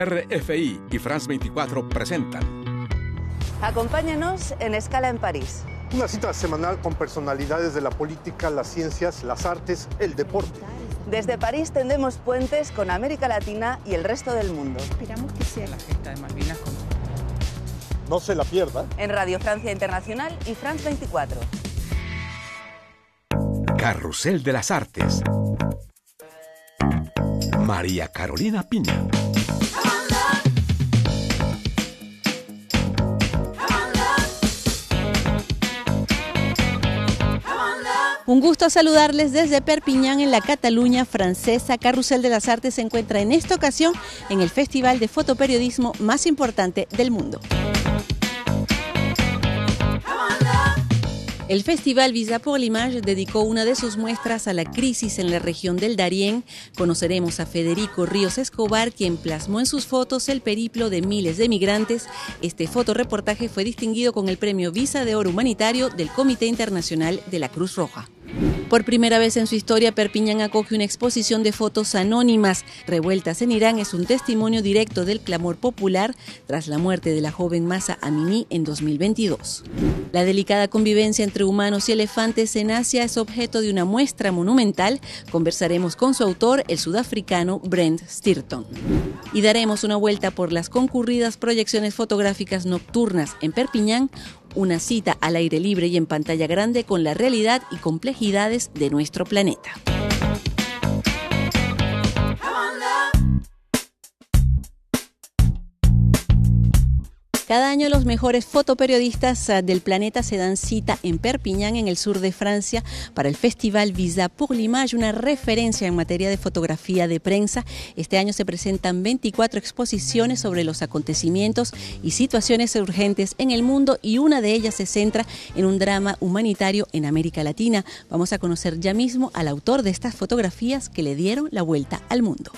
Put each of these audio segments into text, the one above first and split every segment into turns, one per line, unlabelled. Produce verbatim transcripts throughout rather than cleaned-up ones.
R F I y France veinticuatro presentan.
Acompáñanos en Escala en París.
Una cita semanal con personalidades de la política, las ciencias, las artes, el deporte.
Desde París tendemos puentes con América Latina y el resto del mundo.
Esperamos que sea la gesta de Malvinas con...
No se la pierda.
En Radio Francia Internacional y France veinticuatro.
Carrusel de las Artes. María Carolina Piña.
Un gusto saludarles desde Perpiñán, en la Cataluña francesa. Carrusel de las Artes se encuentra en esta ocasión en el festival de fotoperiodismo más importante del mundo. El Festival Visa pour l'Image dedicó una de sus muestras a la crisis en la región del Darién. Conoceremos a Federico Ríos Escobar, quien plasmó en sus fotos el periplo de miles de migrantes. Este fotoreportaje fue distinguido con el premio Visa de Oro Humanitario del Comité Internacional de la Cruz Roja. Por primera vez en su historia, Perpiñán acoge una exposición de fotos anónimas. Revueltas en Irán es un testimonio directo del clamor popular tras la muerte de la joven Mahsa Amini en dos mil veintidós. La delicada convivencia entre humanos y elefantes en Asia es objeto de una muestra monumental. Conversaremos con su autor, el sudafricano Brent Stearton. Y daremos una vuelta por las concurridas proyecciones fotográficas nocturnas en Perpiñán, una cita al aire libre y en pantalla grande con la realidad y complejidades de nuestro planeta. Cada año los mejores fotoperiodistas del planeta se dan cita en Perpiñán, en el sur de Francia, para el Festival Visa pour l'Image, una referencia en materia de fotografía de prensa. Este año se presentan veinticuatro exposiciones sobre los acontecimientos y situaciones urgentes en el mundo, y una de ellas se centra en un drama humanitario en América Latina. Vamos a conocer ya mismo al autor de estas fotografías que le dieron la vuelta al mundo.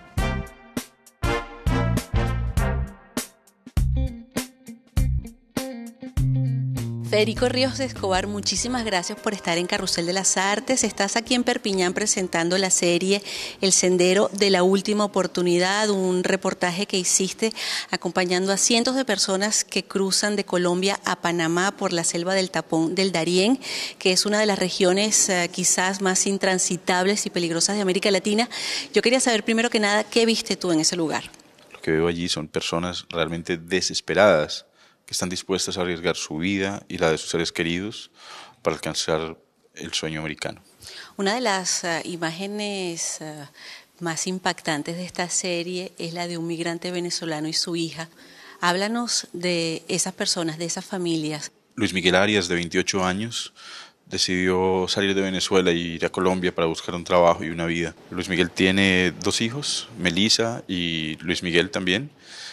Federico Ríos Escobar, muchísimas gracias por estar en Carrusel de las Artes. Estás aquí en Perpiñán presentando la serie El Sendero de la Última Oportunidad, un reportaje que hiciste acompañando a cientos de personas que cruzan de Colombia a Panamá por la selva del Tapón del Darién, que es una de las regiones eh, quizás más intransitables y peligrosas de América Latina. Yo quería saber primero que nada, ¿qué viste tú en ese lugar?
Lo que veo allí son personas realmente desesperadas, que están dispuestas a arriesgar su vida y la de sus seres queridos para alcanzar el sueño americano.
Una de las uh, imágenes uh, más impactantes de esta serie es la de un migrante venezolano y su hija. Háblanos de esas personas, de esas familias.
Luis Miguel Arias, de veintiocho años, decidió salir de Venezuela e ir a Colombia para buscar un trabajo y una vida. Luis Miguel tiene dos hijos, Melissa y Luis Miguel también,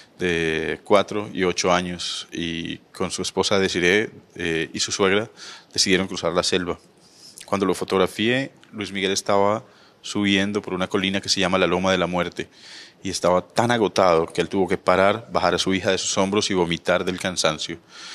de cuatro y ocho años, y con su esposa Desiree eh, y su suegra decidieron cruzar la selva. Cuando lo fotografié, Luis Miguel estaba subiendo por una colina que se llama la Loma de la Muerte, y estaba tan agotado que él tuvo que parar, bajar a su hija de sus hombros y vomitar del cansancio.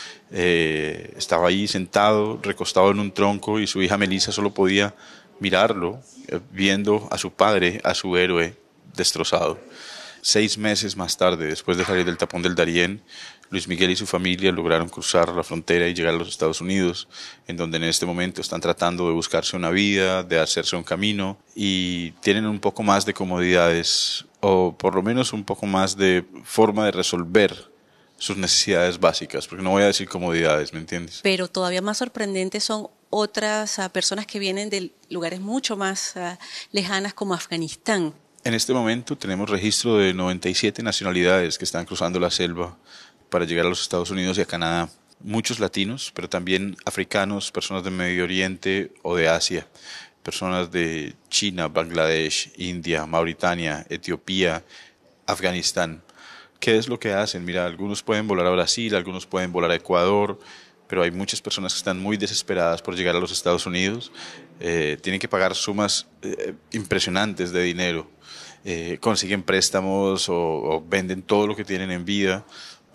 Eh, estaba ahí sentado, recostado en un tronco, y su hija Melissa solo podía mirarlo, eh, viendo a su padre, a su héroe, destrozado. Seis meses más tarde, después de salir del Tapón del Darién, Luis Miguel y su familia lograron cruzar la frontera y llegar a los Estados Unidos, en donde en este momento están tratando de buscarse una vida, de hacerse un camino, y tienen un poco más de comodidades, o por lo menos un poco más de forma de resolver sus necesidades básicas, porque no voy a decir comodidades, ¿me entiendes?
Pero todavía más sorprendentes son otras uh, personas que vienen de lugares mucho más uh, lejanas, como Afganistán.
En este momento tenemos registro de noventa y siete nacionalidades que están cruzando la selva para llegar a los Estados Unidos y a Canadá. Muchos latinos, pero también africanos, personas de Medio Oriente o de Asia, personas de China, Bangladesh, India, Mauritania, Etiopía, Afganistán. ¿Qué es lo que hacen? Mira, algunos pueden volar a Brasil, algunos pueden volar a Ecuador, pero hay muchas personas que están muy desesperadas por llegar a los Estados Unidos. Eh, tienen que pagar sumas eh, impresionantes de dinero. Eh, consiguen préstamos o, o venden todo lo que tienen en vida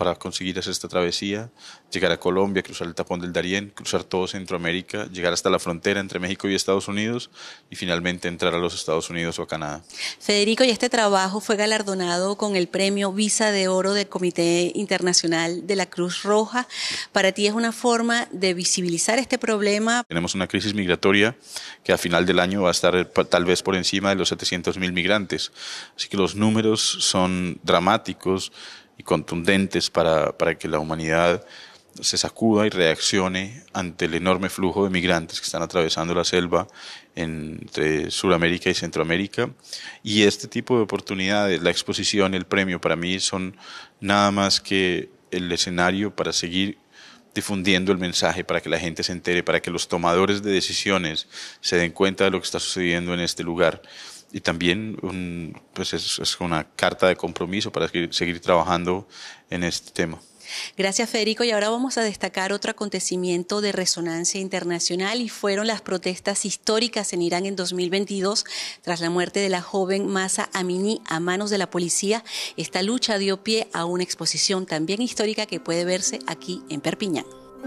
para conseguir hacer esta travesía, llegar a Colombia, cruzar el tapón del Darién, cruzar todo Centroamérica, llegar hasta la frontera entre México y Estados Unidos y finalmente entrar a los Estados Unidos o a Canadá.
Federico, y este trabajo fue galardonado con el premio Visa de Oro del Comité Internacional de la Cruz Roja. Para ti es una forma de visibilizar este problema.
Tenemos una crisis migratoria que a final del año va a estar tal vez por encima de los setecientos mil migrantes. Así que los números son dramáticos y contundentes para, para que la humanidad se sacuda y reaccione ante el enorme flujo de migrantes que están atravesando la selva entre Sudamérica y Centroamérica. Y este tipo de oportunidades, la exposición, el premio, para mí son nada más que el escenario para seguir difundiendo el mensaje, para que la gente se entere, para que los tomadores de decisiones se den cuenta de lo que está sucediendo en este lugar. Y también un, pues es, es una carta de compromiso para seguir, seguir trabajando en este tema.
Gracias, Federico. Y ahora vamos a destacar otro acontecimiento de resonancia internacional y fueron las protestas históricas en Irán en dos mil veintidós tras la muerte de la joven Mahsa Amini a manos de la policía. Esta lucha dio pie a una exposición también histórica que puede verse aquí en Perpiñán.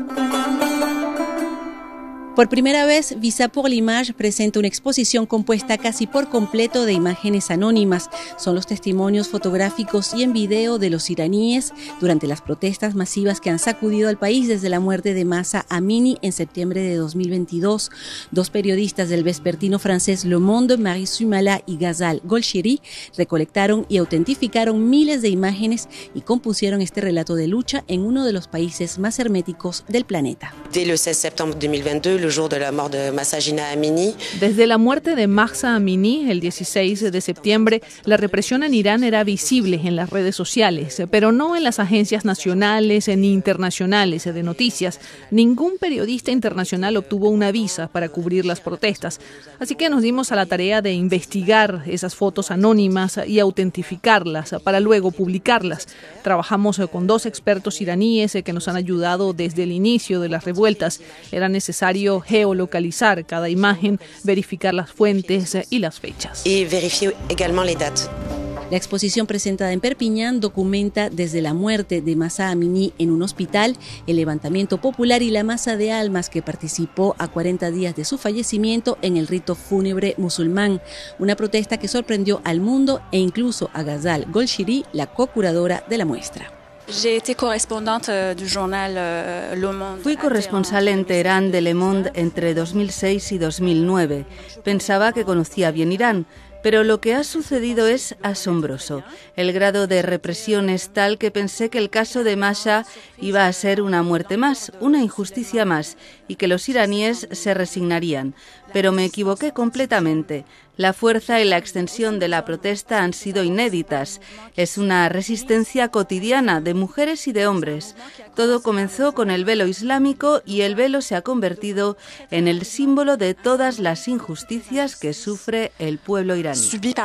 Por primera vez, Visa pour l'Image presenta una exposición compuesta casi por completo de imágenes anónimas. Son los testimonios fotográficos y en video de los iraníes durante las protestas masivas que han sacudido al país desde la muerte de Mahsa Amini en septiembre de dos mil veintidós. Dos periodistas del vespertino francés Le Monde, Marie Sumala y Ghazal Golshiri, recolectaron y autentificaron miles de imágenes y compusieron este relato de lucha en uno de los países más herméticos del planeta.
Dès le seize septembre dos mil veintidós,
Desde la muerte de Mahsa Amini, el dieciséis de septiembre, la represión en Irán era visible en las redes sociales, pero no en las agencias nacionales ni internacionales de noticias. Ningún periodista internacional obtuvo una visa para cubrir las protestas. Así que nos dimos a la tarea de investigar esas fotos anónimas y autentificarlas para luego publicarlas. Trabajamos con dos expertos iraníes que nos han ayudado desde el inicio de las revueltas. Era necesario geolocalizar cada imagen, verificar las fuentes y las fechas.
Y verificar également les dates.
La exposición presentada en Perpiñán documenta desde la muerte de Mahsa Amini en un hospital, el levantamiento popular y la masa de almas que participó a cuarenta días de su fallecimiento en el rito fúnebre musulmán, una protesta que sorprendió al mundo e incluso a Ghazal Golshiri, la co-curadora de la muestra.
Fui corresponsal en Teherán de Le Monde entre dos mil seis y dos mil nueve. Pensaba que conocía bien Irán, pero lo que ha sucedido es asombroso. El grado de represión es tal que pensé que el caso de Mahsa iba a ser una muerte más, una injusticia más, y que los iraníes se resignarían. Pero me equivoqué completamente. La fuerza y la extensión de la protesta han sido inéditas. Es una resistencia cotidiana de mujeres y de hombres. Todo comenzó con el velo islámico y el velo se ha convertido en el símbolo de todas las injusticias que sufre el pueblo iraní.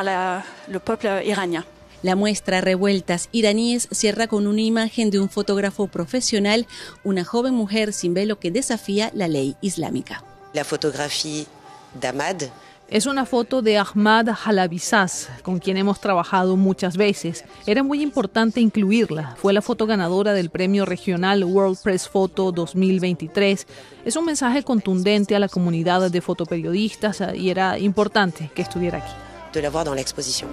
La muestra Revueltas iraníes cierra con una imagen de un fotógrafo profesional, una joven mujer sin velo que desafía la ley islámica.
La fotografía de Ahmad
es una foto de Ahmad Halabizaz, con quien hemos trabajado muchas veces. Era muy importante incluirla. Fue la foto ganadora del premio regional World Press Photo dos mil veintitrés. Es un mensaje contundente a la comunidad de fotoperiodistas y era importante que estuviera aquí.
De la voir dans l'exposition.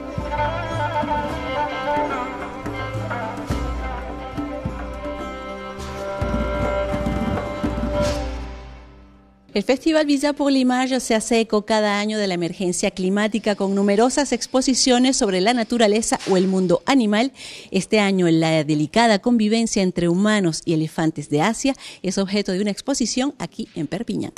El Festival Visa pour l'Image se hace eco cada año de la emergencia climática con numerosas exposiciones sobre la naturaleza o el mundo animal. Este año la delicada convivencia entre humanos y elefantes de Asia es objeto de una exposición aquí en Perpiñán.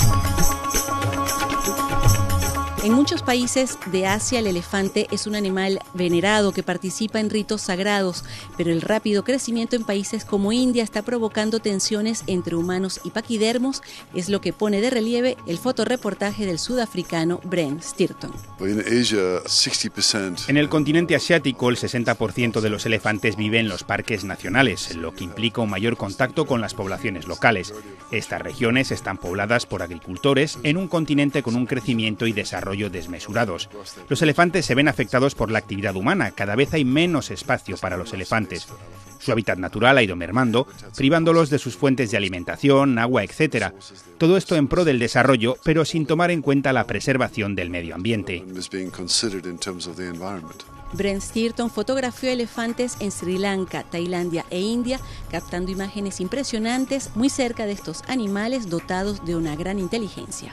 En muchos países de Asia el elefante es un animal venerado que participa en ritos sagrados, pero el rápido crecimiento en países como India está provocando tensiones entre humanos y paquidermos, es lo que pone de relieve el fotoreportaje del sudafricano Brent Stirton.
En el continente asiático, el sesenta por ciento de los elefantes vive en los parques nacionales, lo que implica un mayor contacto con las poblaciones locales. Estas regiones están pobladas por agricultores en un continente con un crecimiento y desarrollo desarrollo desmesurados. Los elefantes se ven afectados por la actividad humana, cada vez hay menos espacio para los elefantes. Su hábitat natural ha ido mermando, privándolos de sus fuentes de alimentación, agua, etcétera. Todo esto en pro del desarrollo, pero sin tomar en cuenta la preservación del medio ambiente.
Brent Stearton fotografió elefantes en Sri Lanka, Tailandia e India, captando imágenes impresionantes muy cerca de estos animales dotados de una gran inteligencia.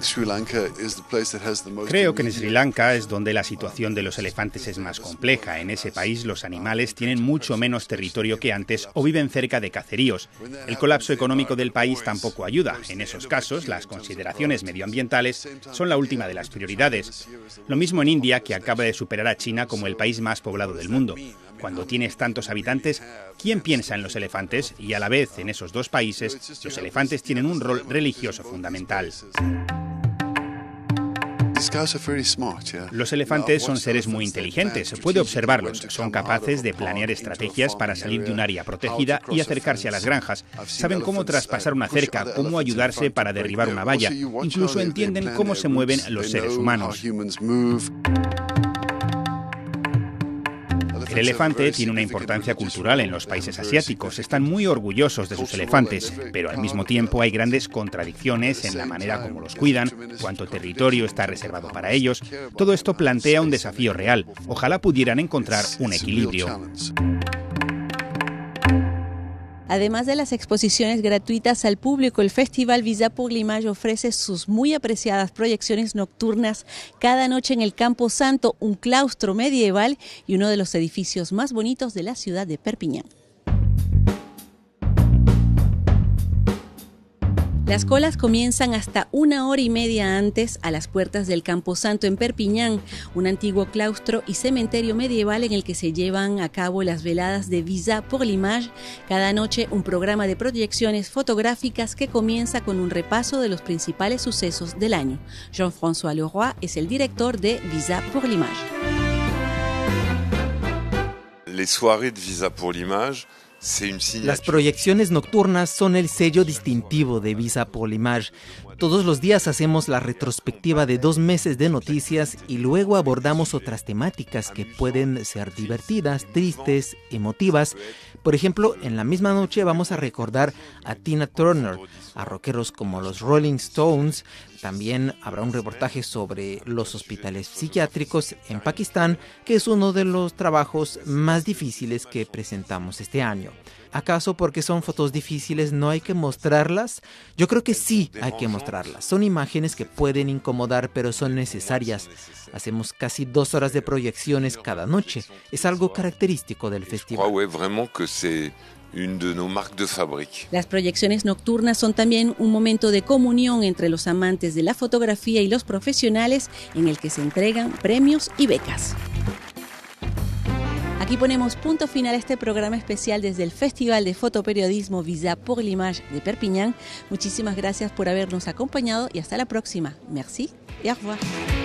Creo que en Sri Lanka es donde la situación de los elefantes es más compleja. En ese país los animales tienen mucho menos territorio que antes o viven cerca de caseríos. El colapso económico del país tampoco ayuda. En esos casos, las consideraciones medioambientales son la última de las prioridades. Lo mismo en India, que acaba de superar a China como el país más poblado del mundo. Cuando tienes tantos habitantes, ¿quién piensa en los elefantes? Y a la vez, en esos dos países, los elefantes tienen un rol religioso fundamental. Los elefantes son seres muy inteligentes, se puede observarlos, son capaces de planear estrategias para salir de un área protegida y acercarse a las granjas. Saben cómo traspasar una cerca, cómo ayudarse para derribar una valla, incluso entienden cómo se mueven los seres humanos. El elefante tiene una importancia cultural en los países asiáticos. Están muy orgullosos de sus elefantes, pero al mismo tiempo hay grandes contradicciones en la manera como los cuidan, cuánto territorio está reservado para ellos. Todo esto plantea un desafío real. Ojalá pudieran encontrar un equilibrio.
Además de las exposiciones gratuitas al público, el Festival Visa pour l'Image ofrece sus muy apreciadas proyecciones nocturnas cada noche en el Campo Santo, un claustro medieval y uno de los edificios más bonitos de la ciudad de Perpiñán. Las colas comienzan hasta una hora y media antes a las puertas del Camposanto en Perpiñán, un antiguo claustro y cementerio medieval en el que se llevan a cabo las veladas de Visa pour l'Image. Cada noche un programa de proyecciones fotográficas que comienza con un repaso de los principales sucesos del año. Jean-François Leroy es el director de Visa pour l'Image.
Les soirées de Visa pour l'Image.
Las proyecciones nocturnas son el sello distintivo de Visa pour l'Image. Todos los días hacemos la retrospectiva de dos meses de noticias y luego abordamos otras temáticas que pueden ser divertidas, tristes, emotivas. Por ejemplo, en la misma noche vamos a recordar a Tina Turner, a rockeros como los Rolling Stones. También habrá un reportaje sobre los hospitales psiquiátricos en Pakistán, que es uno de los trabajos más difíciles que presentamos este año. ¿Acaso porque son fotos difíciles no hay que mostrarlas? Yo creo que sí hay que mostrarlas. Son imágenes que pueden incomodar, pero son necesarias. Hacemos casi dos horas de proyecciones cada noche. Es algo característico del festival.
Las proyecciones nocturnas son también un momento de comunión entre los amantes de la fotografía y los profesionales, en el que se entregan premios y becas. Aquí ponemos punto final a este programa especial desde el Festival de Fotoperiodismo Visa pour l'Image de Perpiñán. Muchísimas gracias por habernos acompañado y hasta la próxima. Merci et au revoir.